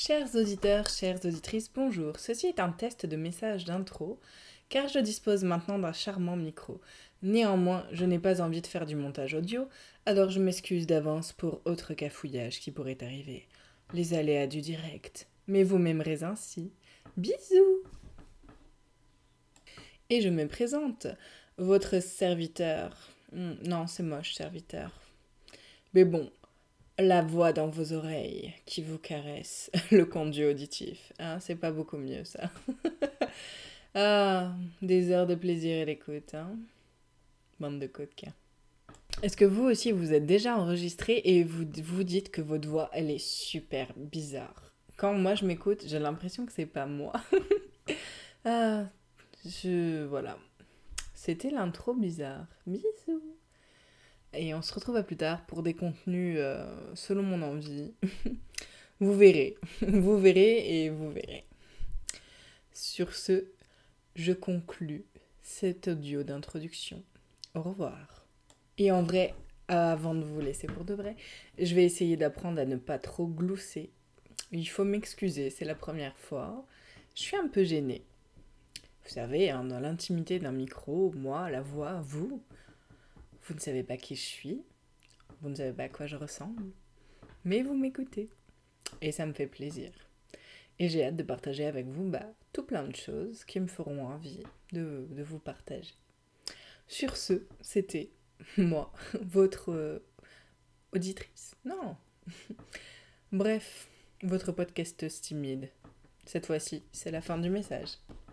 Chers auditeurs, chères auditrices, bonjour. Ceci est un test de message d'intro, car je dispose maintenant d'un charmant micro. Néanmoins, je n'ai pas envie de faire du montage audio, alors je m'excuse d'avance pour autre cafouillage qui pourrait arriver. Les aléas du direct. Mais vous m'aimerez ainsi. Bisous! Et je me présente, votre serviteur. Non, c'est moche, serviteur. Mais bon, la voix dans vos oreilles qui vous caresse, le conduit auditif. Hein, c'est pas beaucoup mieux ça. Ah, des heures de plaisir et d'écoute, hein. Bande de coquins. Est-ce que vous aussi vous êtes déjà enregistré et vous vous dites que votre voix elle est super bizarre? Quand moi je m'écoute, j'ai l'impression que c'est pas moi. Ah, voilà. C'était l'intro bizarre. Bisous. Et on se retrouve à plus tard pour des contenus selon mon envie. Vous verrez. Vous verrez et vous verrez. Sur ce, je conclus cet audio d'introduction. Au revoir. Et en vrai, avant de vous laisser pour de vrai, je vais essayer d'apprendre à ne pas trop glousser. Il faut m'excuser, c'est la première fois. Je suis un peu gênée. Vous savez, hein, dans l'intimité d'un micro, moi, la voix, vous ne savez pas qui je suis, vous ne savez pas à quoi je ressemble, mais vous m'écoutez. Et ça me fait plaisir. Et j'ai hâte de partager avec vous tout plein de choses qui me feront envie de vous partager. Sur ce, c'était moi, votre auditrice. Non. Bref, votre podcasteuse timide. Cette fois-ci, c'est la fin du message.